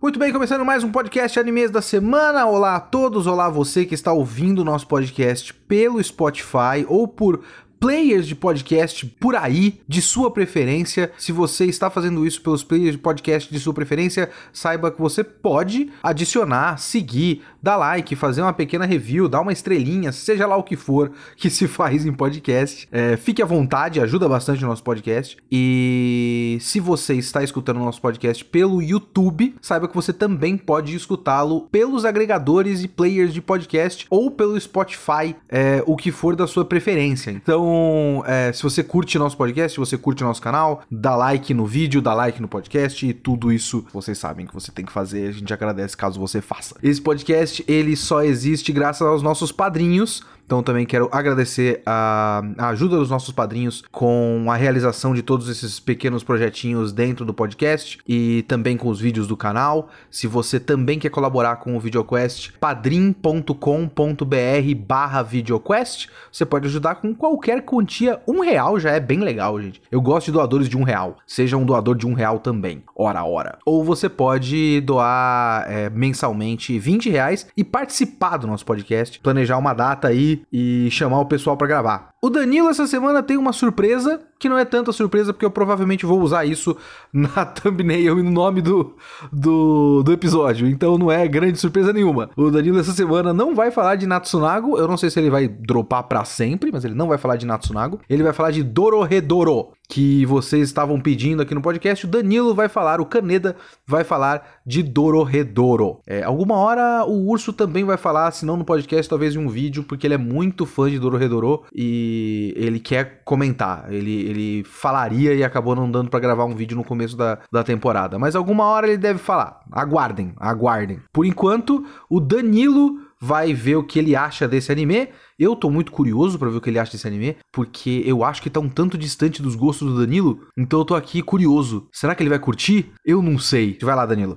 Muito bem, começando mais um podcast Animes da Semana. Olá a todos, olá a você que está ouvindo o nosso podcast pelo Spotify ou por players de podcast por aí, de sua preferência. Se você está fazendo isso pelos players de podcast de sua preferência, saiba que você pode adicionar, seguir, dar like, fazer uma pequena review, dar uma estrelinha, seja lá o que for que se faz em podcast. Fique à vontade, ajuda bastante o nosso podcast. E se você está escutando o nosso podcast pelo YouTube, saiba que você também pode escutá-lo pelos agregadores e players de podcast ou pelo Spotify, o que for da sua preferência. Então, se você curte nosso podcast, se você curte nosso canal, dá like no vídeo, dá like no podcast e tudo isso vocês sabem que você tem que fazer. A gente agradece caso você faça. Esse podcast, ele só existe graças aos nossos padrinhos. Então também quero agradecer a ajuda dos nossos padrinhos com a realização de todos esses pequenos projetinhos dentro do podcast e também com os vídeos do canal. Se você também quer colaborar com o VideoQuest, padrim.com.br/VideoQuest, você pode ajudar com qualquer quantia. R$1 já é bem legal, gente. Eu gosto de doadores de R$1. Seja um doador de R$1 também, hora a hora. Ou você pode doar mensalmente R$20 e participar do nosso podcast, planejar uma data aí e chamar o pessoal pra gravar. O Danilo essa semana tem uma surpresa, que não é tanta surpresa porque eu provavelmente vou usar isso na thumbnail e no nome do episódio, então não é grande surpresa nenhuma. O Danilo essa semana não vai falar de Natsunago, eu não sei se ele vai dropar pra sempre, mas ele não vai falar de Natsunago, ele vai falar de Dorohedoro, que vocês estavam pedindo aqui no podcast. O Danilo vai falar, o Kaneda vai falar de Dorohedoro. Alguma hora o Urso também vai falar, se não no podcast, talvez em um vídeo, porque ele é muito fã de Dorohedoro e ele quer comentar. Ele falaria e acabou não dando pra gravar um vídeo no começo da temporada. Mas alguma hora ele deve falar. Aguardem. Por enquanto, o Danilo vai ver o que ele acha desse anime. Eu tô muito curioso pra ver o que ele acha desse anime, porque eu acho que tá um tanto distante dos gostos do Danilo, então eu tô aqui curioso. Será que ele vai curtir? Eu não sei. Vai lá, Danilo.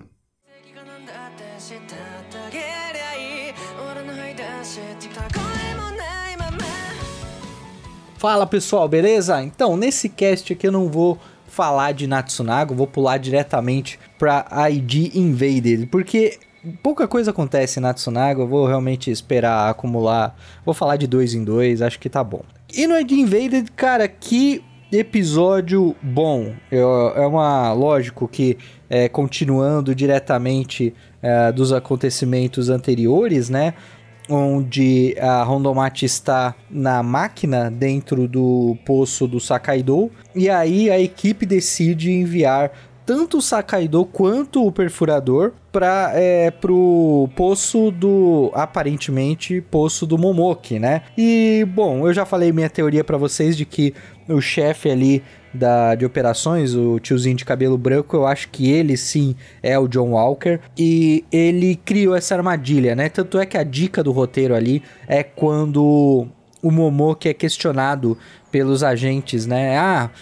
Fala pessoal, beleza? Então, nesse cast aqui eu não vou falar de Natsunago, vou pular diretamente pra ID Invaded, porque pouca coisa acontece em Natsunago, eu vou realmente esperar acumular, vou falar de 2 em 2, acho que tá bom. E no ID Invaded, cara, que episódio bom, lógico que continuando diretamente dos acontecimentos anteriores, né, onde a Rondomate está na máquina dentro do poço do Sakaido, e aí a equipe decide enviar tanto o Sakaido quanto o perfurador para pro poço aparentemente, poço do Momoki, né? E, bom, eu já falei minha teoria para vocês de que o chefe ali de operações, o tiozinho de cabelo branco, eu acho que ele sim é o John Walker, e ele criou essa armadilha, né? Tanto é que a dica do roteiro ali é quando o Momoki é questionado pelos agentes, né?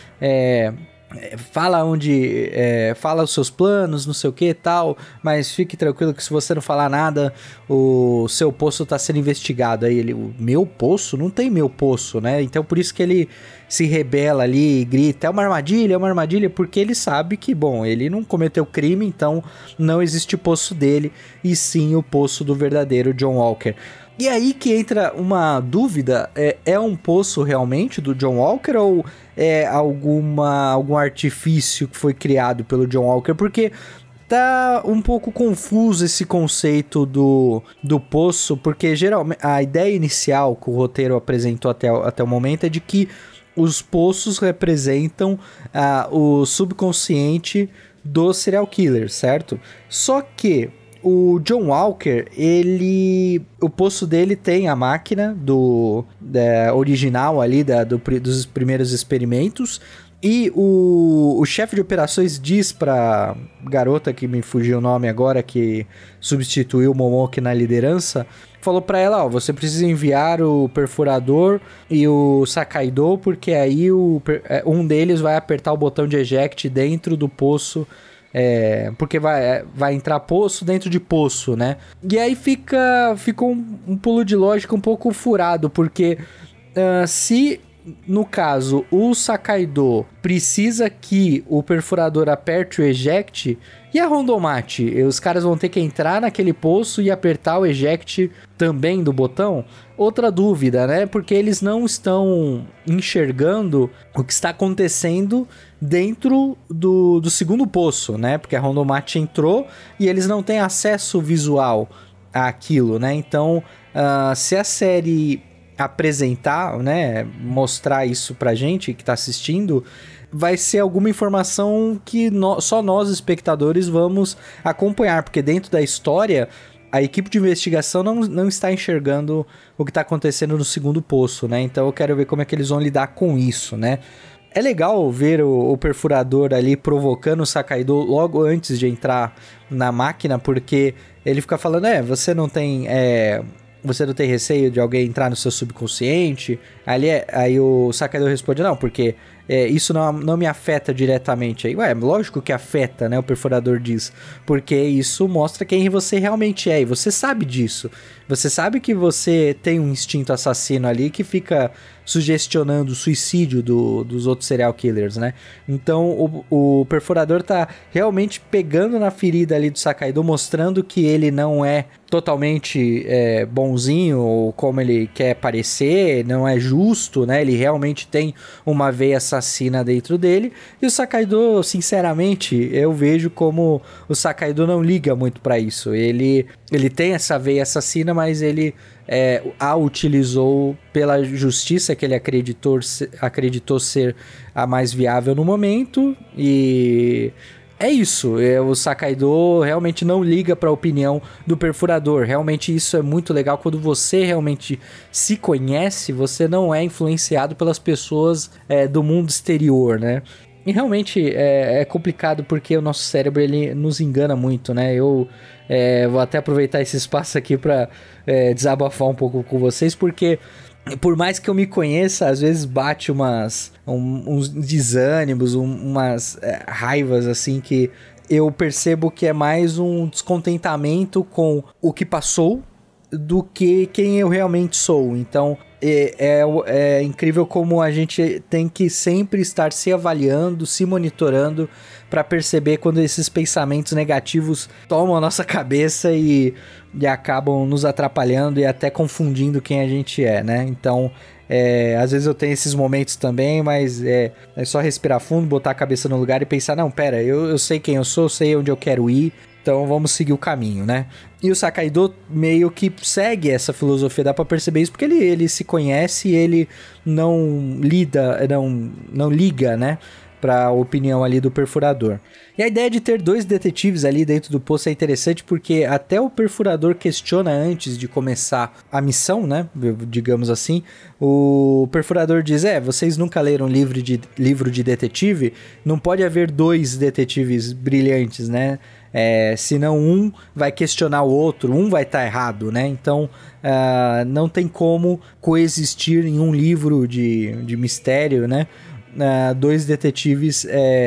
Fala fala os seus planos, não sei o que e tal, mas fique tranquilo que se você não falar nada, o seu poço tá sendo investigado. Aí ele, o meu poço? Não tem meu poço, né? Então por isso que ele se rebela ali e grita, é uma armadilha, porque ele sabe que, bom, ele não cometeu crime, então não existe poço dele, e sim o poço do verdadeiro John Walker. E aí que entra uma dúvida, é um poço realmente do John Walker ou é algum artifício que foi criado pelo John Walker? Porque tá um pouco confuso esse conceito do poço, porque geralmente a ideia inicial que o roteiro apresentou até o momento é de que os poços representam o subconsciente do serial killer, certo? Só que o John Walker, o poço dele tem a máquina original ali, dos primeiros experimentos, e o chefe de operações diz pra garota, que me fugiu o nome agora, que substituiu o Momoki na liderança, falou pra ela, você precisa enviar o perfurador e o Sakaido, porque aí um deles vai apertar o botão de eject dentro do poço, porque vai entrar poço dentro de poço, né? E aí ficou um pulo de lógica um pouco furado, porque se no caso, o Sakaido precisa que o perfurador aperte o eject, e a Rondomate? Os caras vão ter que entrar naquele poço e apertar o eject também do botão? Outra dúvida, né? Porque eles não estão enxergando o que está acontecendo dentro do segundo poço, né? Porque a Rondomate entrou e eles não têm acesso visual àquilo, né? Então, se a série apresentar, né, mostrar isso pra gente que tá assistindo, vai ser alguma informação que só nós, espectadores, vamos acompanhar, porque dentro da história, a equipe de investigação não está enxergando o que está acontecendo no segundo poço, né? Então eu quero ver como é que eles vão lidar com isso, né? É legal ver o perfurador ali provocando o Sakaido logo antes de entrar na máquina, porque ele fica falando, você não tem receio de alguém entrar no seu subconsciente? Aí o Sakaido responde, não, porque isso não me afeta diretamente. Aí, lógico que afeta, né? O perfurador diz, porque isso mostra quem você realmente é, e você sabe disso. Você sabe que você tem um instinto assassino ali que fica sugestionando o suicídio dos outros serial killers, né? Então o perfurador tá realmente pegando na ferida ali do Sakaido, mostrando que ele não é totalmente bonzinho, ou como ele quer parecer, não é justo, né? Ele realmente tem uma veia assassina dentro dele, e o Sakaido, sinceramente, eu vejo como o Sakaido não liga muito pra isso. Ele tem essa veia assassina, mas ele a utilizou pela justiça que ele acreditou ser a mais viável no momento, e é isso. O Sakaido realmente não liga para a opinião do perfurador. Realmente isso é muito legal. Quando você realmente se conhece, você não é influenciado pelas pessoas do mundo exterior, né? E realmente é complicado, porque o nosso cérebro ele nos engana muito, né? Eu vou até aproveitar esse espaço aqui para desabafar um pouco com vocês, porque por mais que eu me conheça, às vezes bate uns desânimos, umas raivas assim, que eu percebo que é mais um descontentamento com o que passou do que quem eu realmente sou. Então é incrível como a gente tem que sempre estar se avaliando, se monitorando, para perceber quando esses pensamentos negativos tomam a nossa cabeça e acabam nos atrapalhando e até confundindo quem a gente é, né? Então, às vezes eu tenho esses momentos também, mas é só respirar fundo, botar a cabeça no lugar e pensar, não, pera, eu sei quem eu sou, sei onde eu quero ir, então vamos seguir o caminho, né? E o Sakaido meio que segue essa filosofia, dá pra perceber isso, porque ele se conhece e ele não liga, né, pra opinião ali do perfurador. E a ideia de ter 2 detetives ali dentro do poço é interessante, porque até o perfurador questiona antes de começar a missão, né, digamos assim. O perfurador diz, vocês nunca leram livro de detetive? Não pode haver 2 detetives brilhantes, né? Senão um vai questionar o outro, um vai estar errado, né? Então não tem como coexistir em um livro de mistério, né? Dois detetives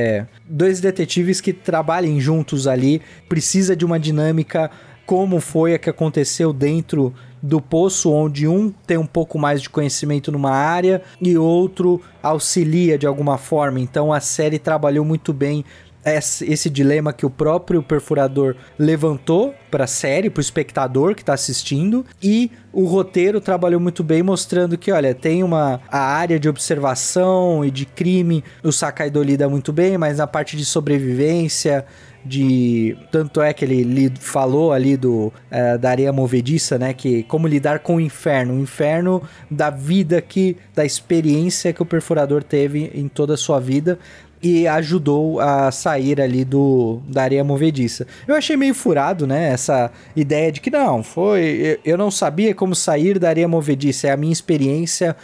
que trabalhem juntos ali, precisa de uma dinâmica como foi a que aconteceu dentro do poço, onde um tem um pouco mais de conhecimento numa área e outro auxilia de alguma forma. Então a série trabalhou muito bem esse dilema que o próprio perfurador levantou para a série, para o espectador que está assistindo, e o roteiro trabalhou muito bem, mostrando que, olha, tem a área de observação e de crime, o Sakaido lida muito bem, mas na parte de sobrevivência, tanto é que ele falou ali da areia movediça, né, que como lidar com o inferno da vida da experiência que o perfurador teve em toda a sua vida, e ajudou a sair ali da areia movediça. Eu achei meio furado, né, essa ideia de que eu não sabia como sair da areia movediça, é a minha experiência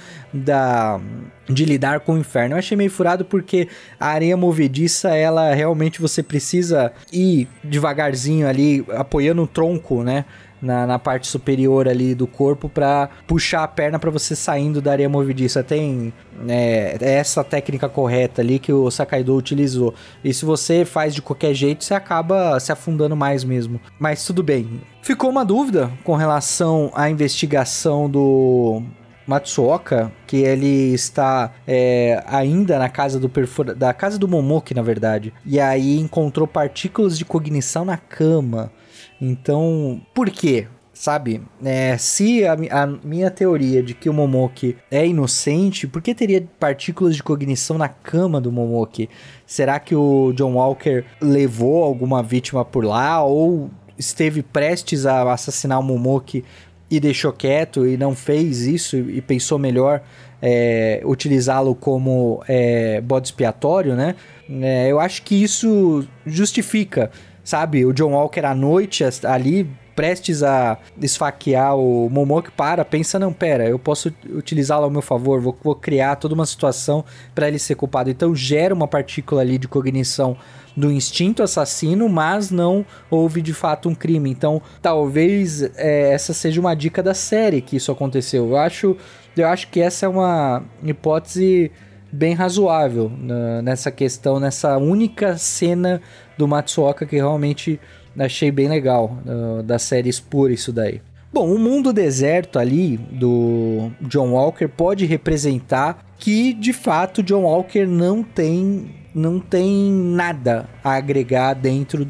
de lidar com o inferno. Eu achei meio furado, porque a areia movediça, ela realmente você precisa ir devagarzinho ali, apoiando o tronco, né, na parte superior ali do corpo, para puxar a perna para você saindo da areia movediça. Tem essa técnica correta ali que o Sakaido utilizou. E se você faz de qualquer jeito, você acaba se afundando mais mesmo. Mas tudo bem. Ficou uma dúvida com relação à investigação do Matsuoka, que ele está ainda na casa da casa do Momoki, na verdade. E aí encontrou partículas de cognição na cama. Então, por quê? Sabe? Se a minha teoria de que o Momoki é inocente, por que teria partículas de cognição na cama do Momoki? Será que o John Walker levou alguma vítima por lá? Ou esteve prestes a assassinar o Momoki e deixou quieto e não fez isso e pensou melhor utilizá-lo como bode expiatório, né? Eu acho que isso justifica, sabe? O John Walker à noite ali, prestes a esfaquear o Momoki, pensa, não, pera, eu posso utilizá-lo ao meu favor, vou criar toda uma situação para ele ser culpado. Então gera uma partícula ali de cognição do instinto assassino, mas não houve de fato um crime. Então talvez essa seja uma dica da série que isso aconteceu. Eu acho que essa é uma hipótese bem razoável nessa questão, nessa única cena do Matsuoka que realmente achei bem legal, da série expor isso daí. Bom, o mundo deserto ali do John Walker pode representar que, de fato, John Walker não tem nada a agregar dentro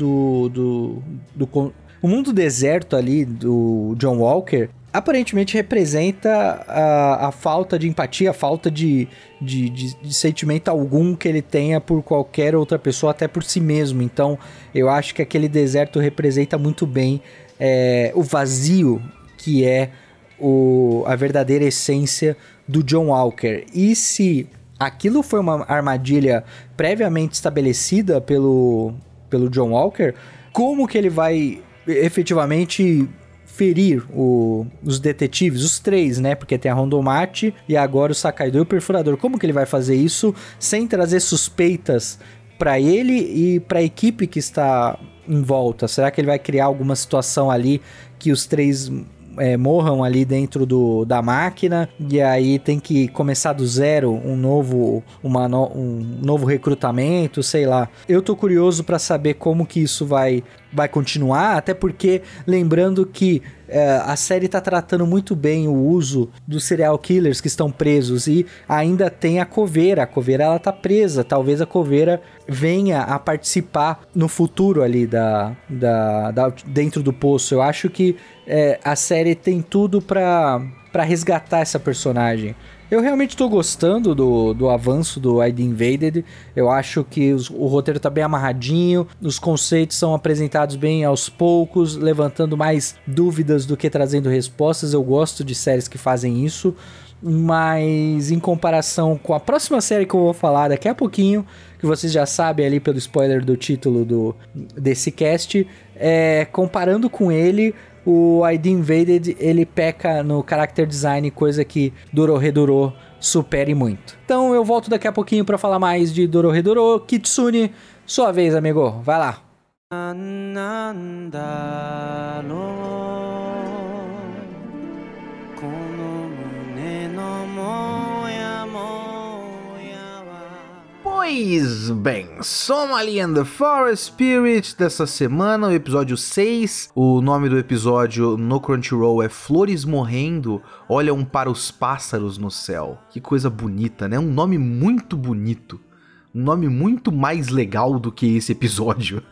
o mundo deserto ali do John Walker aparentemente representa a falta de empatia, a falta de sentimento algum que ele tenha por qualquer outra pessoa, até por si mesmo. Então, eu acho que aquele deserto representa muito bem o vazio que é a verdadeira essência do John Walker. E se aquilo foi uma armadilha previamente estabelecida pelo John Walker, como que ele vai efetivamente ferir os detetives, os três, né? Porque tem a Rondomate e agora o Sakaido e o Perfurador. Como que ele vai fazer isso sem trazer suspeitas para ele e para a equipe que está em volta? Será que ele vai criar alguma situação ali que os três morram ali dentro da máquina e aí tem que começar do zero um novo recrutamento, sei lá. Eu tô curioso para saber como que isso vai continuar, até porque lembrando que a série tá tratando muito bem o uso dos serial killers que estão presos e ainda tem a Coveira. A Coveira ela tá presa, talvez a Coveira venha a participar no futuro ali dentro do poço. Eu acho que a série tem tudo pra resgatar essa personagem. Eu realmente tô gostando do avanço do ID Invaded. Eu acho que o roteiro tá bem amarradinho, os conceitos são apresentados bem aos poucos, levantando mais dúvidas do que trazendo respostas. Eu gosto de séries que fazem isso, mas em comparação com a próxima série que eu vou falar daqui a pouquinho, que vocês já sabem ali pelo spoiler do título desse cast, comparando com ele, o ID Invaded, ele peca no character design, coisa que Dorohedoro supere muito. Então eu volto daqui a pouquinho pra falar mais de Dorohedoro. Kitsune, sua vez, amigo. Vai lá. Pois bem, Somali and the Forest Spirit dessa semana, o episódio 6. O nome do episódio no Crunchyroll é Flores Morrendo, Olham para os Pássaros no Céu. Que coisa bonita, né? Um nome muito bonito. Um nome muito mais legal do que esse episódio.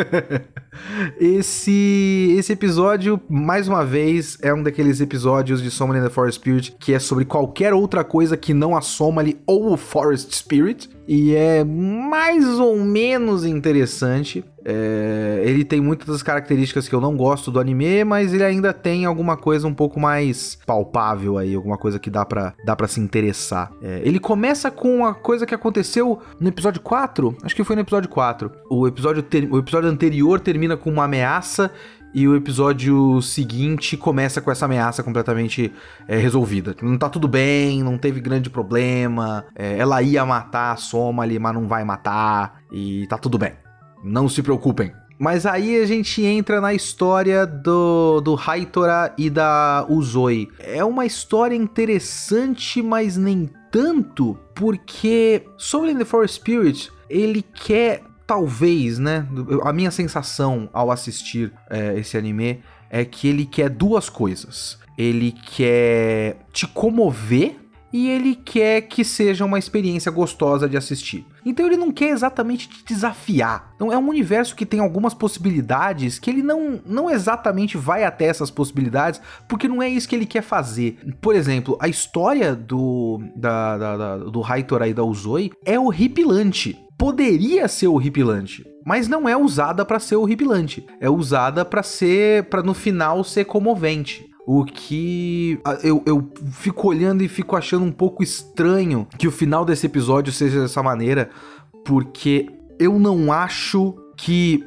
Esse episódio, mais uma vez, é um daqueles episódios de Somali and the Forest Spirit que é sobre qualquer outra coisa que não a Somali ou o Forest Spirit. E é mais ou menos interessante. Ele tem muitas das características que eu não gosto do anime, mas ele ainda tem alguma coisa um pouco mais palpável aí, alguma coisa que dá pra se interessar. Ele começa com uma coisa que aconteceu no episódio 4, acho que foi no episódio 4. O episódio anterior termina com uma ameaça e o episódio seguinte começa com essa ameaça completamente resolvida. Não tá tudo bem, não teve grande problema, ela ia matar a Somali, mas não vai matar, e tá tudo bem. Não se preocupem. Mas aí a gente entra na história do Haitora e da Uzoi. É uma história interessante, mas nem tanto, porque Soul in the Forest Spirit, ele quer, talvez, né? A minha sensação ao assistir esse anime é que ele quer duas coisas. Ele quer te comover e ele quer que seja uma experiência gostosa de assistir. Então ele não quer exatamente te desafiar. Então é um universo que tem algumas possibilidades que ele não exatamente vai até essas possibilidades, porque não é isso que ele quer fazer. Por exemplo, a história do Haithor aí da Uzoi é horripilante. Poderia ser horripilante, mas não é usada pra ser horripilante. É usada pra no final ser comovente. O que eu fico olhando e fico achando um pouco estranho que o final desse episódio seja dessa maneira, porque eu não acho que...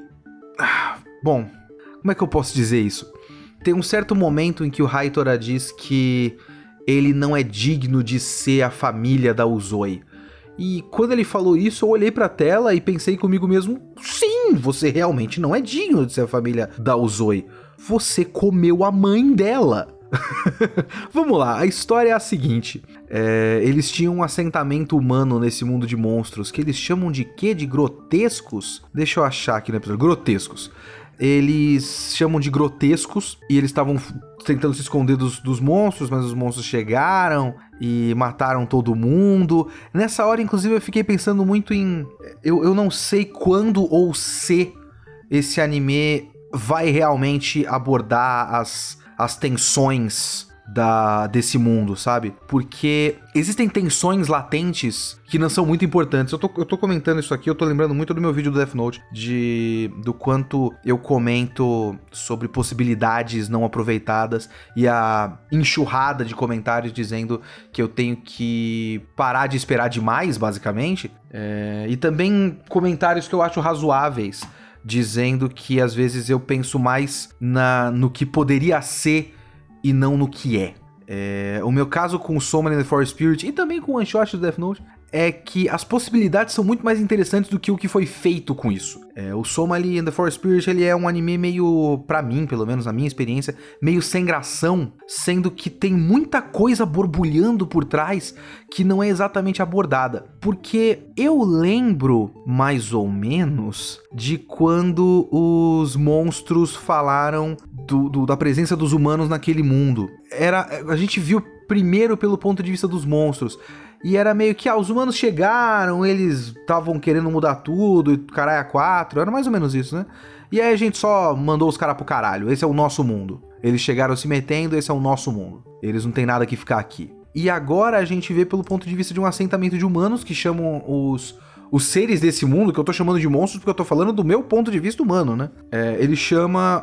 Bom, como é que eu posso dizer isso? Tem um certo momento em que o Haithor diz que ele não é digno de ser a família da Uzoi. E quando ele falou isso, eu olhei pra tela e pensei comigo mesmo, sim, você realmente não é digno de ser a família da Uzoi. Você comeu a mãe dela. Vamos lá, a história é a seguinte. Eles tinham um assentamento humano nesse mundo de monstros, que eles chamam de quê? De grotescos? Deixa eu achar aqui no episódio. Grotescos. Eles chamam de grotescos e eles estavam tentando se esconder dos monstros, mas os monstros chegaram e mataram todo mundo. Nessa hora, inclusive, eu fiquei pensando muito em... Eu não sei quando ou se esse anime vai realmente abordar as tensões desse mundo, sabe? Porque existem tensões latentes que não são muito importantes. Eu tô comentando isso aqui, eu tô lembrando muito do meu vídeo do Death Note, do quanto eu comento sobre possibilidades não aproveitadas e a enxurrada de comentários dizendo que eu tenho que parar de esperar demais, basicamente. E também comentários que eu acho razoáveis, dizendo que às vezes eu penso mais no que poderia ser e não no que é. O meu caso com o Summoning the Forest Spirit e também com o One Shot do Death Note é que as possibilidades são muito mais interessantes do que o que foi feito com isso. O Summoning the Forest Spirit, ele é um anime meio, pra mim, pelo menos na minha experiência, meio sem gração, sendo que tem muita coisa borbulhando por trás que não é exatamente abordada. Porque eu lembro, mais ou menos, de quando os monstros falaram da presença dos humanos naquele mundo. A gente viu primeiro pelo ponto de vista dos monstros. E era meio que, os humanos chegaram, eles estavam querendo mudar tudo, e caralho a 4, era mais ou menos isso, né? E aí a gente só mandou os caras pro caralho, esse é o nosso mundo. Eles chegaram se metendo, esse é o nosso mundo. Eles não tem nada que ficar aqui. E agora a gente vê pelo ponto de vista de um assentamento de humanos que chamam os seres desse mundo, que eu tô chamando de monstros porque eu tô falando do meu ponto de vista humano, né? Ele chama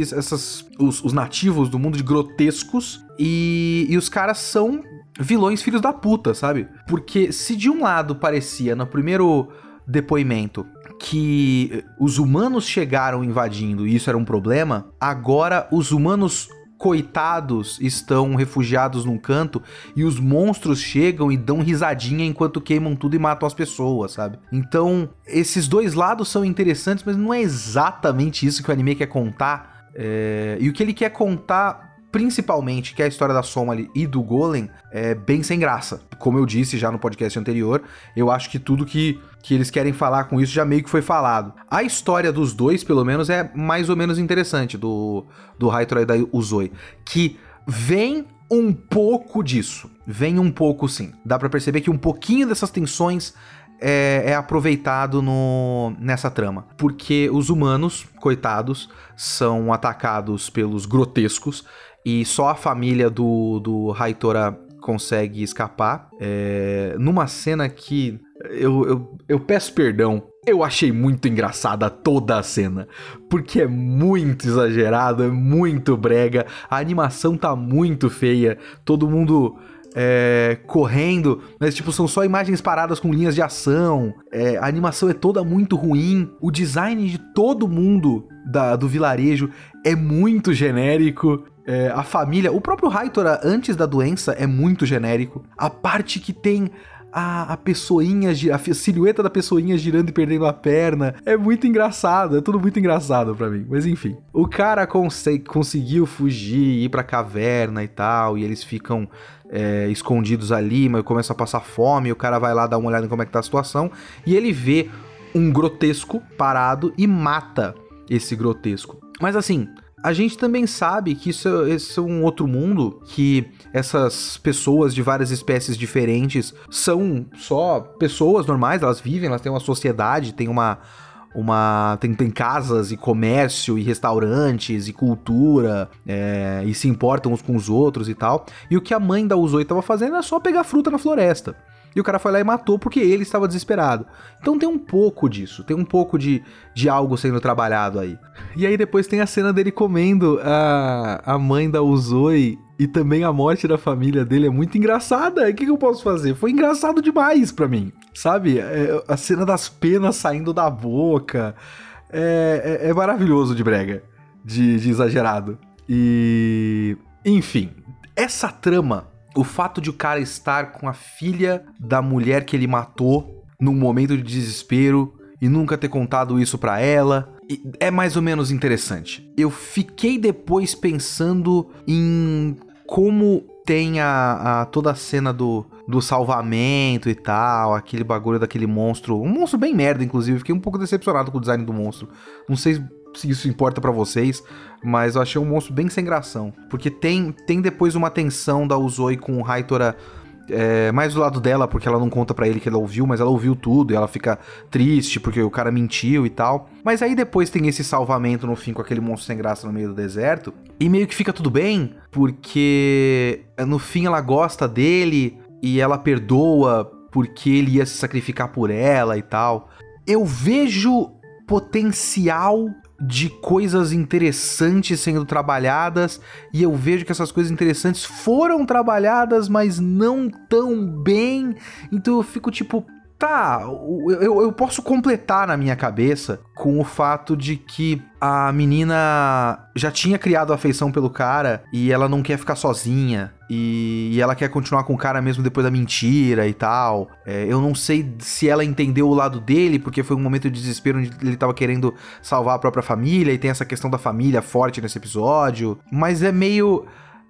os nativos do mundo de grotescos e os caras são vilões filhos da puta, sabe? Porque se de um lado parecia, no primeiro depoimento, que os humanos chegaram invadindo e isso era um problema, agora os humanos coitados estão refugiados num canto e os monstros chegam e dão risadinha enquanto queimam tudo e matam as pessoas, sabe? Então, esses dois lados são interessantes, mas não é exatamente isso que o anime quer contar. E o que ele quer contar, principalmente, que é a história da Somali e do Golem, é bem sem graça. Como eu disse já no podcast anterior, eu acho que tudo que eles querem falar com isso já meio que foi falado. A história dos dois, pelo menos, é mais ou menos interessante, do Haithor e da Uzoi, que vem um pouco disso. Vem um pouco, sim. Dá pra perceber que um pouquinho dessas tensões é aproveitado nessa trama. Porque os humanos, coitados, são atacados pelos grotescos e só a família do Haithor consegue escapar. Numa cena que eu peço perdão, eu achei muito engraçada toda a cena, porque é muito exagerado, é muito brega, a animação tá muito feia, todo mundo correndo, mas tipo, são só imagens paradas com linhas de ação, a animação é toda muito ruim, o design de todo mundo do vilarejo é muito genérico. A família, o próprio Haithor antes da doença é muito genérico. A parte que tem a pessoinha, a silhueta da pessoinha girando e perdendo a perna é muito engraçado, é tudo muito engraçado pra mim. Mas enfim, o cara conseguiu fugir, ir pra caverna e tal, e eles ficam escondidos ali, mas começam a passar fome, e o cara vai lá dar uma olhada em como é que tá a situação, e ele vê um grotesco parado e mata esse grotesco. Mas assim, a gente também sabe que esse é um outro mundo, que essas pessoas de várias espécies diferentes são só pessoas normais, elas vivem, elas têm uma sociedade, tem tem casas e comércio e restaurantes e cultura, e se importam uns com os outros e tal. E o que a mãe da Uzui estava fazendo era só pegar fruta na floresta. E o cara foi lá e matou porque ele estava desesperado. Então tem um pouco disso, tem um pouco de algo sendo trabalhado aí. E aí depois tem a cena dele comendo a mãe da Uzui, e também a morte da família dele é muito engraçada. O que eu posso fazer? Foi engraçado demais pra mim, sabe? A cena das penas saindo da boca é maravilhoso de brega, de exagerado. E... enfim, essa trama... o fato de o cara estar com a filha da mulher que ele matou num momento de desespero e nunca ter contado isso pra ela, é mais ou menos interessante. Eu fiquei depois pensando em como tem toda a cena do salvamento e tal, aquele bagulho daquele monstro, um monstro bem merda, inclusive. Fiquei um pouco decepcionado com o design do monstro. Não sei se isso importa pra vocês, mas eu achei um monstro bem sem gração. Porque tem depois uma tensão da Uzui com o Haitora, mais do lado dela, porque ela não conta pra ele que ela ouviu, mas ela ouviu tudo e ela fica triste porque o cara mentiu e tal. Mas aí depois tem esse salvamento no fim com aquele monstro sem graça no meio do deserto, e meio que fica tudo bem, porque no fim ela gosta dele e ela perdoa porque ele ia se sacrificar por ela e tal. Eu vejo potencial de coisas interessantes sendo trabalhadas, e eu vejo que essas coisas interessantes foram trabalhadas, mas não tão bem. Então eu fico tipo, tá, eu posso completar na minha cabeça com o fato de que a menina já tinha criado afeição pelo cara e ela não quer ficar sozinha, e ela quer continuar com o cara mesmo depois da mentira e tal. Eu não sei se ela entendeu o lado dele, porque foi um momento de desespero onde ele tava querendo salvar a própria família, e tem essa questão da família forte nesse episódio, mas é meio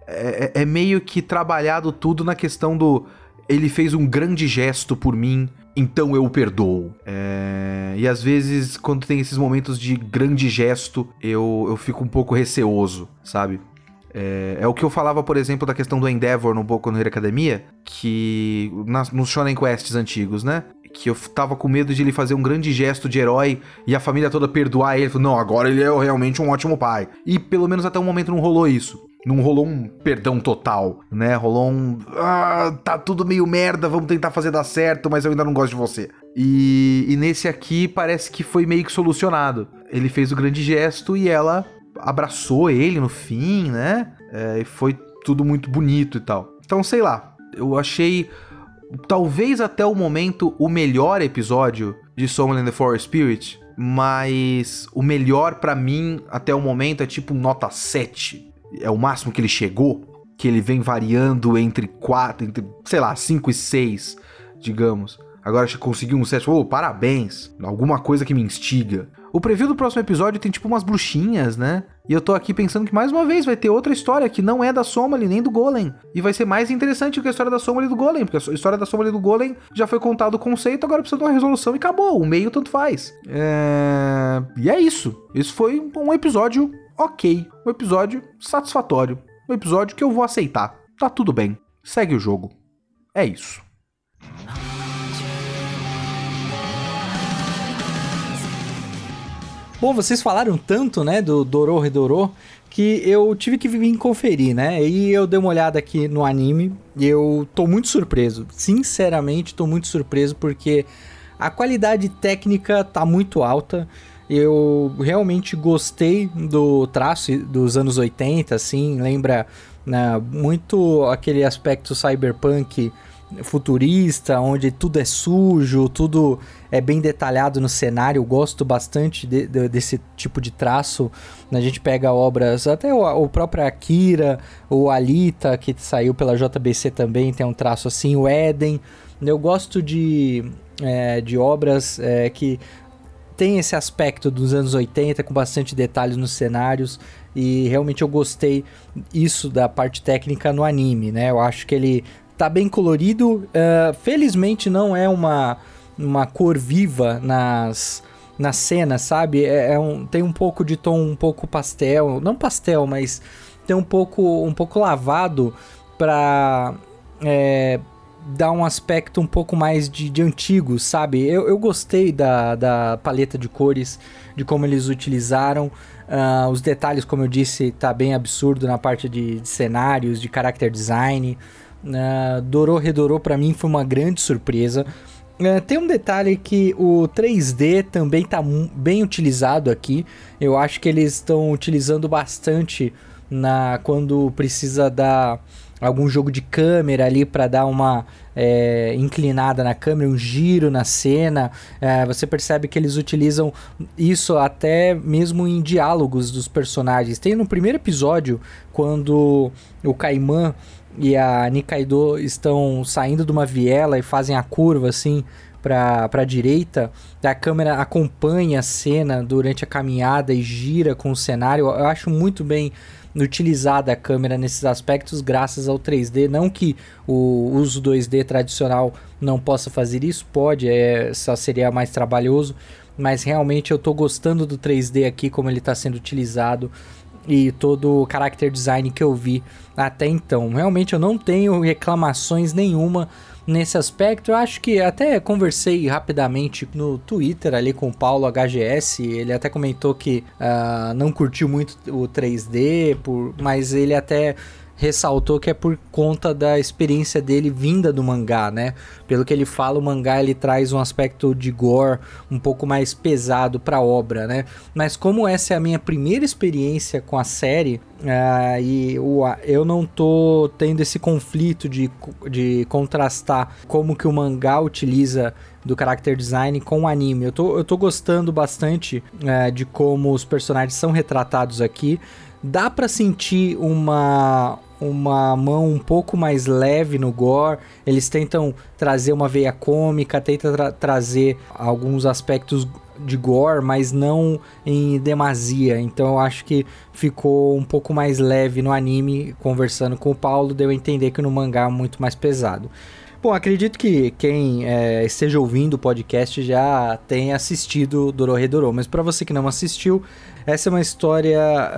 que trabalhado tudo na questão do... ele fez um grande gesto por mim, então eu o perdoo. E às vezes, quando tem esses momentos de grande gesto, eu fico um pouco receoso, sabe? É o que eu falava, por exemplo, da questão do Endeavor no Boku no Hero Academia, que nos Shonen Quests antigos, né? Que eu tava com medo de ele fazer um grande gesto de herói e a família toda perdoar ele. Falou, não, agora ele é realmente um ótimo pai. E pelo menos até o momento não rolou isso. Não rolou um perdão total, né? Rolou tá tudo meio merda, vamos tentar fazer dar certo, mas eu ainda não gosto de você. E nesse aqui parece que foi meio que solucionado. Ele fez o grande gesto e ela abraçou ele no fim, né? E foi tudo muito bonito e tal. Então, sei lá, eu achei... talvez até o momento o melhor episódio de Summoning the Forest Spirit, mas o melhor pra mim até o momento é tipo nota 7. É o máximo que ele chegou, que ele vem variando entre 5 e 6, digamos. Agora conseguiu um 7, parabéns, alguma coisa que me instiga. O preview do próximo episódio tem tipo umas bruxinhas, né? E eu tô aqui pensando que mais uma vez vai ter outra história que não é da Somali nem do Golem. E vai ser mais interessante que a história da Somali e do Golem, porque a história da Somali e do Golem já foi contado o conceito, agora precisa de uma resolução e acabou. O meio tanto faz. E é isso. Esse foi um episódio ok. Um episódio satisfatório. Um episódio que eu vou aceitar. Tá tudo bem. Segue o jogo. É isso. Bom, vocês falaram tanto, né, do Dorohedoro, que eu tive que vir conferir, né, e eu dei uma olhada aqui no anime, e eu tô muito surpreso, sinceramente tô muito surpreso, porque a qualidade técnica tá muito alta, eu realmente gostei do traço dos anos 80, assim, lembra, né, muito aquele aspecto cyberpunk futurista, onde tudo é sujo, tudo é bem detalhado no cenário. Eu gosto bastante desse tipo de traço. A gente pega obras, até o próprio Akira, o Alita, que saiu pela JBC também, tem um traço assim, o Eden. Eu gosto de obras que tem esse aspecto dos anos 80, com bastante detalhes nos cenários, e realmente eu gostei isso da parte técnica no anime, né? Eu acho que ele tá bem colorido, felizmente não é uma cor viva na cena, sabe? Tem um pouco de tom um pouco pastel, não pastel, mas tem um pouco lavado pra dar um aspecto um pouco mais de antigo, sabe? Eu gostei da paleta de cores, de como eles utilizaram. Os detalhes, como eu disse, tá bem absurdo na parte de cenários, de character design. Dorô pra mim foi uma grande surpresa. Tem um detalhe que o 3D também tá bem utilizado aqui. Eu acho que eles estão utilizando bastante quando precisa dar algum jogo de câmera ali para dar uma inclinada na câmera, um giro na cena. Você percebe que eles utilizam isso até mesmo em diálogos dos personagens. Tem no primeiro episódio, quando o Caimã e a Nikaido estão saindo de uma viela e fazem a curva assim pra direita, a câmera acompanha a cena durante a caminhada e gira com o cenário. Eu acho muito bem utilizada a câmera nesses aspectos graças ao 3D, não que o uso 2D tradicional não possa fazer isso, pode, só seria mais trabalhoso, mas realmente eu tô gostando do 3D aqui, como ele está sendo utilizado, e todo o character design que eu vi até então. Realmente eu não tenho reclamações nenhuma nesse aspecto. Eu acho que até conversei rapidamente no Twitter ali com o Paulo HGS, ele até comentou que não curtiu muito o 3D, mas ele até ressaltou que é por conta da experiência dele vinda do mangá, né? Pelo que ele fala, o mangá ele traz um aspecto de gore um pouco mais pesado para a obra, né? Mas como essa é a minha primeira experiência com a série, eu não tô tendo esse conflito de contrastar como que o mangá utiliza do character design com o anime. Eu tô gostando bastante de como os personagens são retratados aqui. Dá pra sentir uma mão um pouco mais leve no gore. Eles tentam trazer uma veia cômica, tentam trazer alguns aspectos de gore, mas não em demasia. Então eu acho que ficou um pouco mais leve no anime. Conversando com o Paulo, deu a entender que no mangá é muito mais pesado. Bom, acredito que quem esteja ouvindo o podcast já tenha assistido Dorohedoro, mas para você que não assistiu, essa é uma história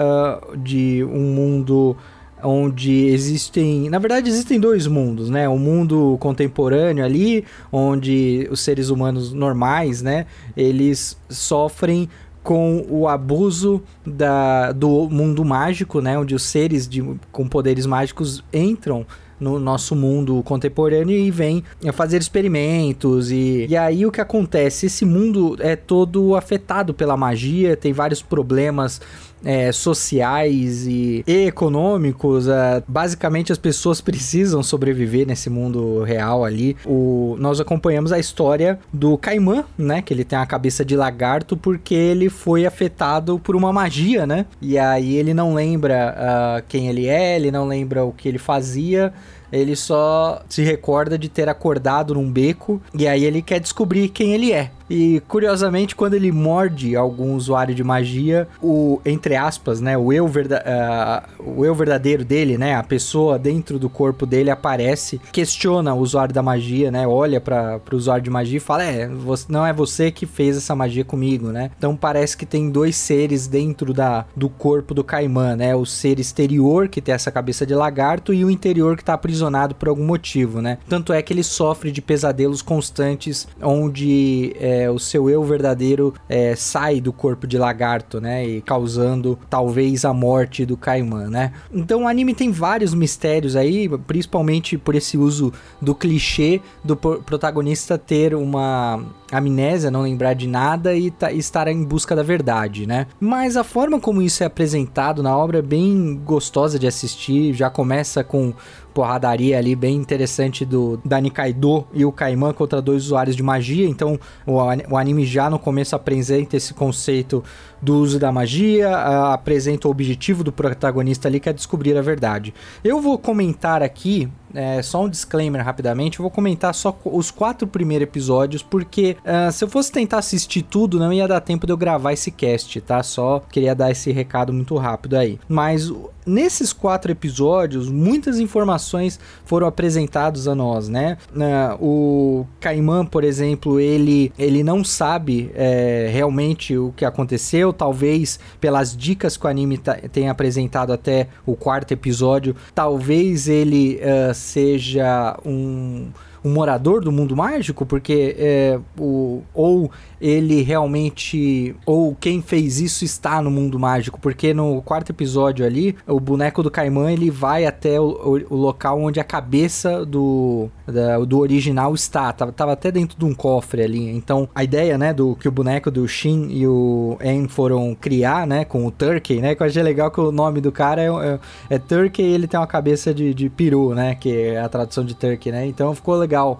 de um mundo onde existem dois mundos, né? Um mundo contemporâneo ali, onde os seres humanos normais, né? Eles sofrem com o abuso do mundo mágico, né? Onde os seres com poderes mágicos entram no nosso mundo contemporâneo e vem fazer experimentos e aí o que acontece? Esse mundo é todo afetado pela magia, tem vários problemas sociais e econômicos. Basicamente as pessoas precisam sobreviver nesse mundo real ali. Nós acompanhamos a história do Caimã, né, que ele tem a cabeça de lagarto porque ele foi afetado por uma magia, né, e aí ele não lembra quem ele é, ele não lembra o que ele fazia. Ele só se recorda de ter acordado num beco e aí ele quer descobrir quem ele é. E, curiosamente, quando ele morde algum usuário de magia, entre aspas, né, o eu verdadeiro dele, né, a pessoa dentro do corpo dele aparece, questiona o usuário da magia, né, olha para o usuário de magia e fala, não é você que fez essa magia comigo, né. Então parece que tem dois seres dentro do corpo do Caimã, né, o ser exterior que tem essa cabeça de lagarto e o interior que está aprisionado por algum motivo, né. Tanto é que ele sofre de pesadelos constantes onde o seu eu verdadeiro sai do corpo de lagarto, né, e causando talvez a morte do Caimã, né. Então o anime tem vários mistérios aí, principalmente por esse uso do clichê do protagonista ter uma amnésia, não lembrar de nada e estar em busca da verdade, né. Mas a forma como isso é apresentado na obra é bem gostosa de assistir, já começa com porradaria ali bem interessante da Nikaido e o Caimã contra dois usuários de magia. Então o anime já no começo apresenta esse conceito do uso da magia, apresenta o objetivo do protagonista ali, que é descobrir a verdade. Eu vou comentar aqui só um disclaimer rapidamente, eu vou comentar só os 4 primeiros episódios, porque se eu fosse tentar assistir tudo, não ia dar tempo de eu gravar esse cast, tá? Só queria dar esse recado muito rápido aí. Mas nesses 4 episódios, muitas informações foram apresentadas a nós, né? O Caimã, por exemplo, ele não sabe realmente o que aconteceu, talvez pelas dicas que o anime tem apresentado até o 4º episódio, talvez ele seja um morador do mundo mágico, porque ou ele realmente, ou quem fez isso está no mundo mágico, porque no 4º episódio ali, o boneco do Caimã, ele vai até o local onde a cabeça do original está, tava até dentro de um cofre ali, então a ideia, né, que o boneco do Shin e o En foram criar, né, com o Turkey, né, que eu achei legal que o nome do cara é Turkey e ele tem uma cabeça de peru, né, que é a tradução de Turkey, né, então ficou legal,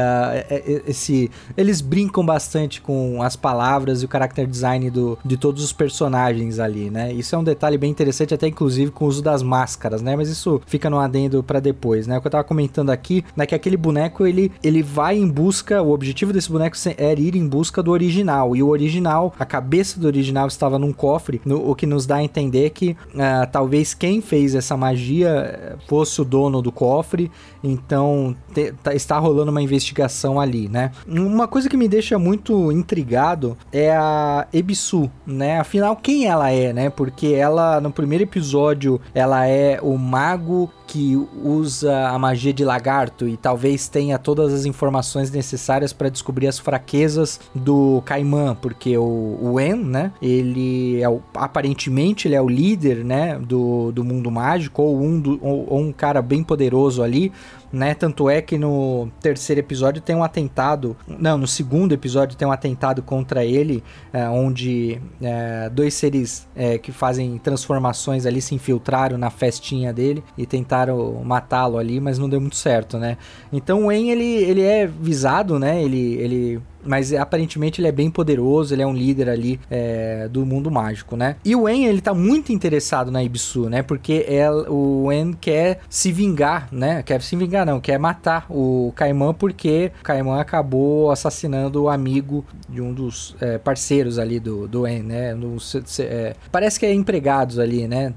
eles brincam bastante com as palavras e o character design de todos os personagens ali, né? Isso é um detalhe bem interessante, até inclusive com o uso das máscaras, né? Mas isso fica no adendo pra depois, né? O que eu tava comentando aqui, né, que aquele boneco, ele vai em busca, o objetivo desse boneco era ir em busca do original, e o original, a cabeça do original estava num cofre, o que nos dá a entender que talvez quem fez essa magia fosse o dono do cofre, então está rolando uma investigação ali, né? Uma coisa que me deixa muito intrigado é a Ebisu, né? Afinal, quem ela é, né? Porque ela, no primeiro episódio, ela é o mago que usa a magia de lagarto e talvez tenha todas as informações necessárias para descobrir as fraquezas do Caimã, porque o En, né, ele aparentemente ele é o líder, né, do mundo mágico, ou um cara bem poderoso ali, né, tanto é que no 3º episódio tem um atentado, no 2º episódio tem um atentado contra ele, onde 2 seres que fazem transformações ali se infiltraram na festinha dele e tentaram matá-lo ali, mas não deu muito certo, né? Então o En, ele é visado, né? Mas aparentemente ele é bem poderoso, ele é um líder ali do mundo mágico, né? E o En, ele tá muito interessado na Ebisu, né? Porque o En quer se vingar, né? Quer matar o Caimã, porque o Caimã acabou assassinando o amigo de um dos parceiros ali do En, né? Parece que é empregados ali, né?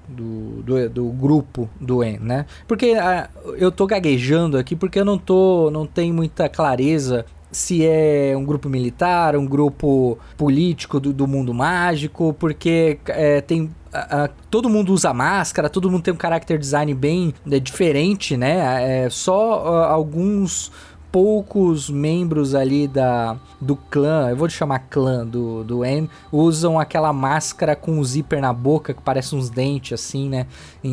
Do grupo do En, né? Porque eu tô gaguejando aqui porque eu não tenho muita clareza se é um grupo militar, um grupo político do mundo mágico, porque tem... todo mundo usa máscara, todo mundo tem um character design bem diferente, né? Só alguns poucos membros ali do clã, eu vou chamar clã do En, usam aquela máscara com um zíper na boca que parece uns dentes assim, né?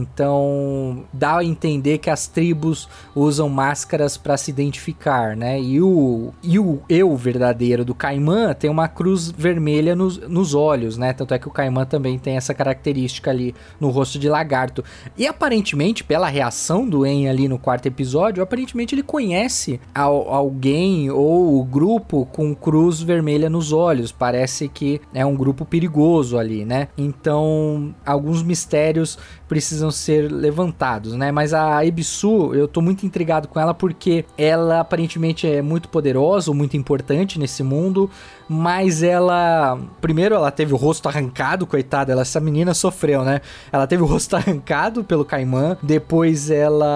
Então dá a entender que as tribos usam máscaras para se identificar, né? E o eu verdadeiro do Caimã tem uma cruz vermelha nos olhos, né? Tanto é que o Caimã também tem essa característica ali no rosto de lagarto. E aparentemente, pela reação do En ali no 4º episódio, aparentemente ele conhece alguém ou o grupo com cruz vermelha nos olhos. Parece que é um grupo perigoso ali, né? Então, alguns mistérios precisam ser levantados, né? Mas a Ebisu, eu tô muito intrigado com ela porque ela aparentemente é muito poderosa, muito importante nesse mundo, mas primeiro ela teve o rosto arrancado, coitada, essa menina sofreu, né? Ela teve o rosto arrancado pelo Caimã, depois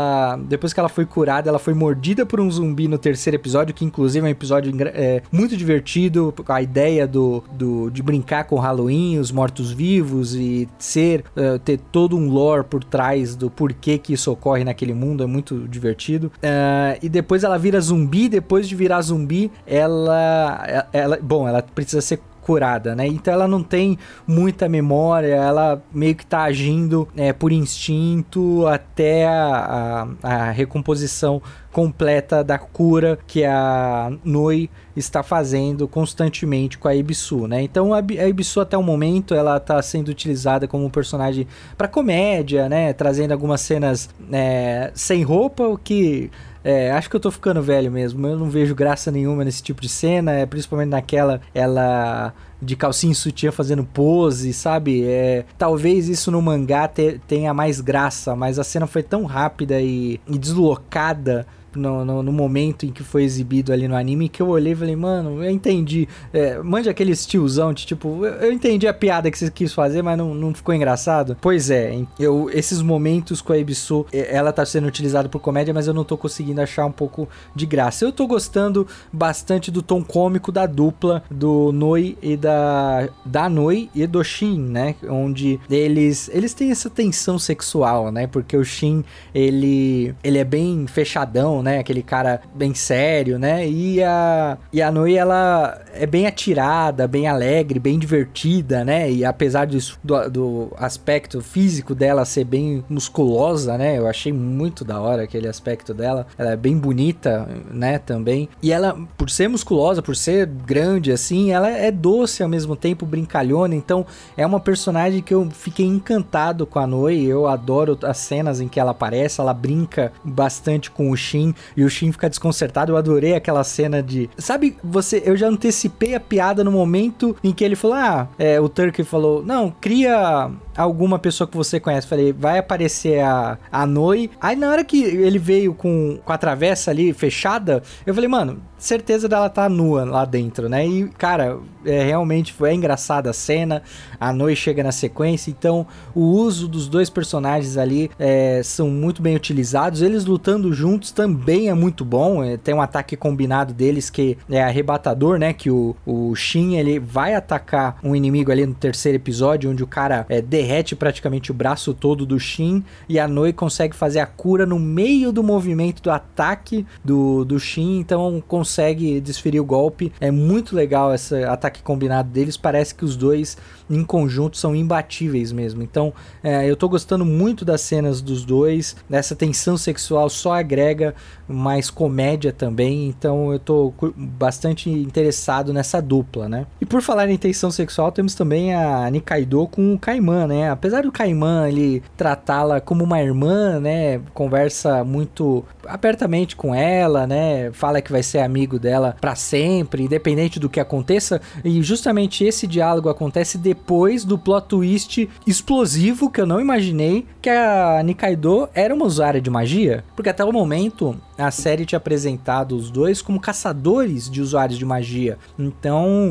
que ela foi curada, ela foi mordida por um zumbi no 3º episódio, que inclusive é um episódio muito divertido, com a ideia de brincar com o Halloween, os mortos-vivos e ter todo um lore por trás do porquê que isso ocorre naquele mundo, é muito divertido. E depois ela vira zumbi, depois de virar zumbi, ela precisa ser curada, né? Então ela não tem muita memória, ela meio que tá agindo por instinto até a recomposição completa da cura que a Noi está fazendo constantemente com a Ebisu, né? Então a Ebisu até o momento ela tá sendo utilizada como um personagem para comédia, né? Trazendo algumas cenas sem roupa, o que acho que eu tô ficando velho mesmo, eu não vejo graça nenhuma nesse tipo de cena, principalmente naquela, ela de calcinha e sutiã fazendo pose, sabe? Talvez isso no mangá tenha mais graça, mas a cena foi tão rápida e deslocada no momento em que foi exibido ali no anime, que eu olhei e falei, mano, eu entendi. Mande aquele tiozão de tipo, eu entendi a piada que você quis fazer, mas não ficou engraçado. Pois é, esses momentos com a Ebisu, ela tá sendo utilizada por comédia, mas eu não tô conseguindo achar um pouco de graça. Eu tô gostando bastante do tom cômico da dupla do Noi e da Noi e do Shin, né? Onde eles têm essa tensão sexual, né? Porque o Shin, ele é bem fechadão, né? Aquele cara bem sério, né? E a Noi, ela é bem atirada, bem alegre, bem divertida, né? E apesar do aspecto físico dela ser bem musculosa, né? Eu achei muito da hora aquele aspecto dela. Ela é bem bonita, né? Também. E ela, por ser musculosa, por ser grande, assim, ela é doce ao mesmo tempo, brincalhona. Então, é uma personagem que eu fiquei encantado com a Noi. Eu adoro as cenas em que ela aparece. Ela brinca bastante com o Shin e o Shin fica desconcertado. Eu adorei aquela cena de... Sabe, eu já antecipei a piada no momento em que ele falou, o Turkey falou, não, cria alguma pessoa que você conhece. Falei, vai aparecer a Noi. Aí na hora que ele veio com a travessa ali fechada, eu falei, mano, certeza dela tá nua lá dentro, né? E, cara, realmente foi engraçada a cena. A Noi chega na sequência, então o uso dos dois personagens ali são muito bem utilizados. Eles lutando juntos também é muito bom. Tem um ataque combinado deles que é arrebatador, né? Que o Shin, ele vai atacar um inimigo ali no terceiro episódio, onde o cara derrete praticamente o braço todo do Shin, e a Noi consegue fazer a cura no meio do movimento do ataque do Shin, então consegue desferir o golpe. É muito legal esse ataque combinado deles, parece que os dois em conjunto são imbatíveis mesmo. Então eu tô gostando muito das cenas dos dois, dessa tensão sexual só agrega mais comédia também, então eu tô bastante interessado nessa dupla, né? E por falar em tensão sexual, temos também a Nikaido com o Kaiman, né? Apesar do Kaiman ele tratá-la como uma irmã, né? Conversa muito abertamente com ela, né? Fala que vai ser amigo dela pra sempre, independente do que aconteça, e justamente esse diálogo acontece depois do plot twist explosivo que eu não imaginei, que a Nikaido era uma usuária de magia, porque até o momento a série tinha apresentado os dois como caçadores de usuários de magia. Então,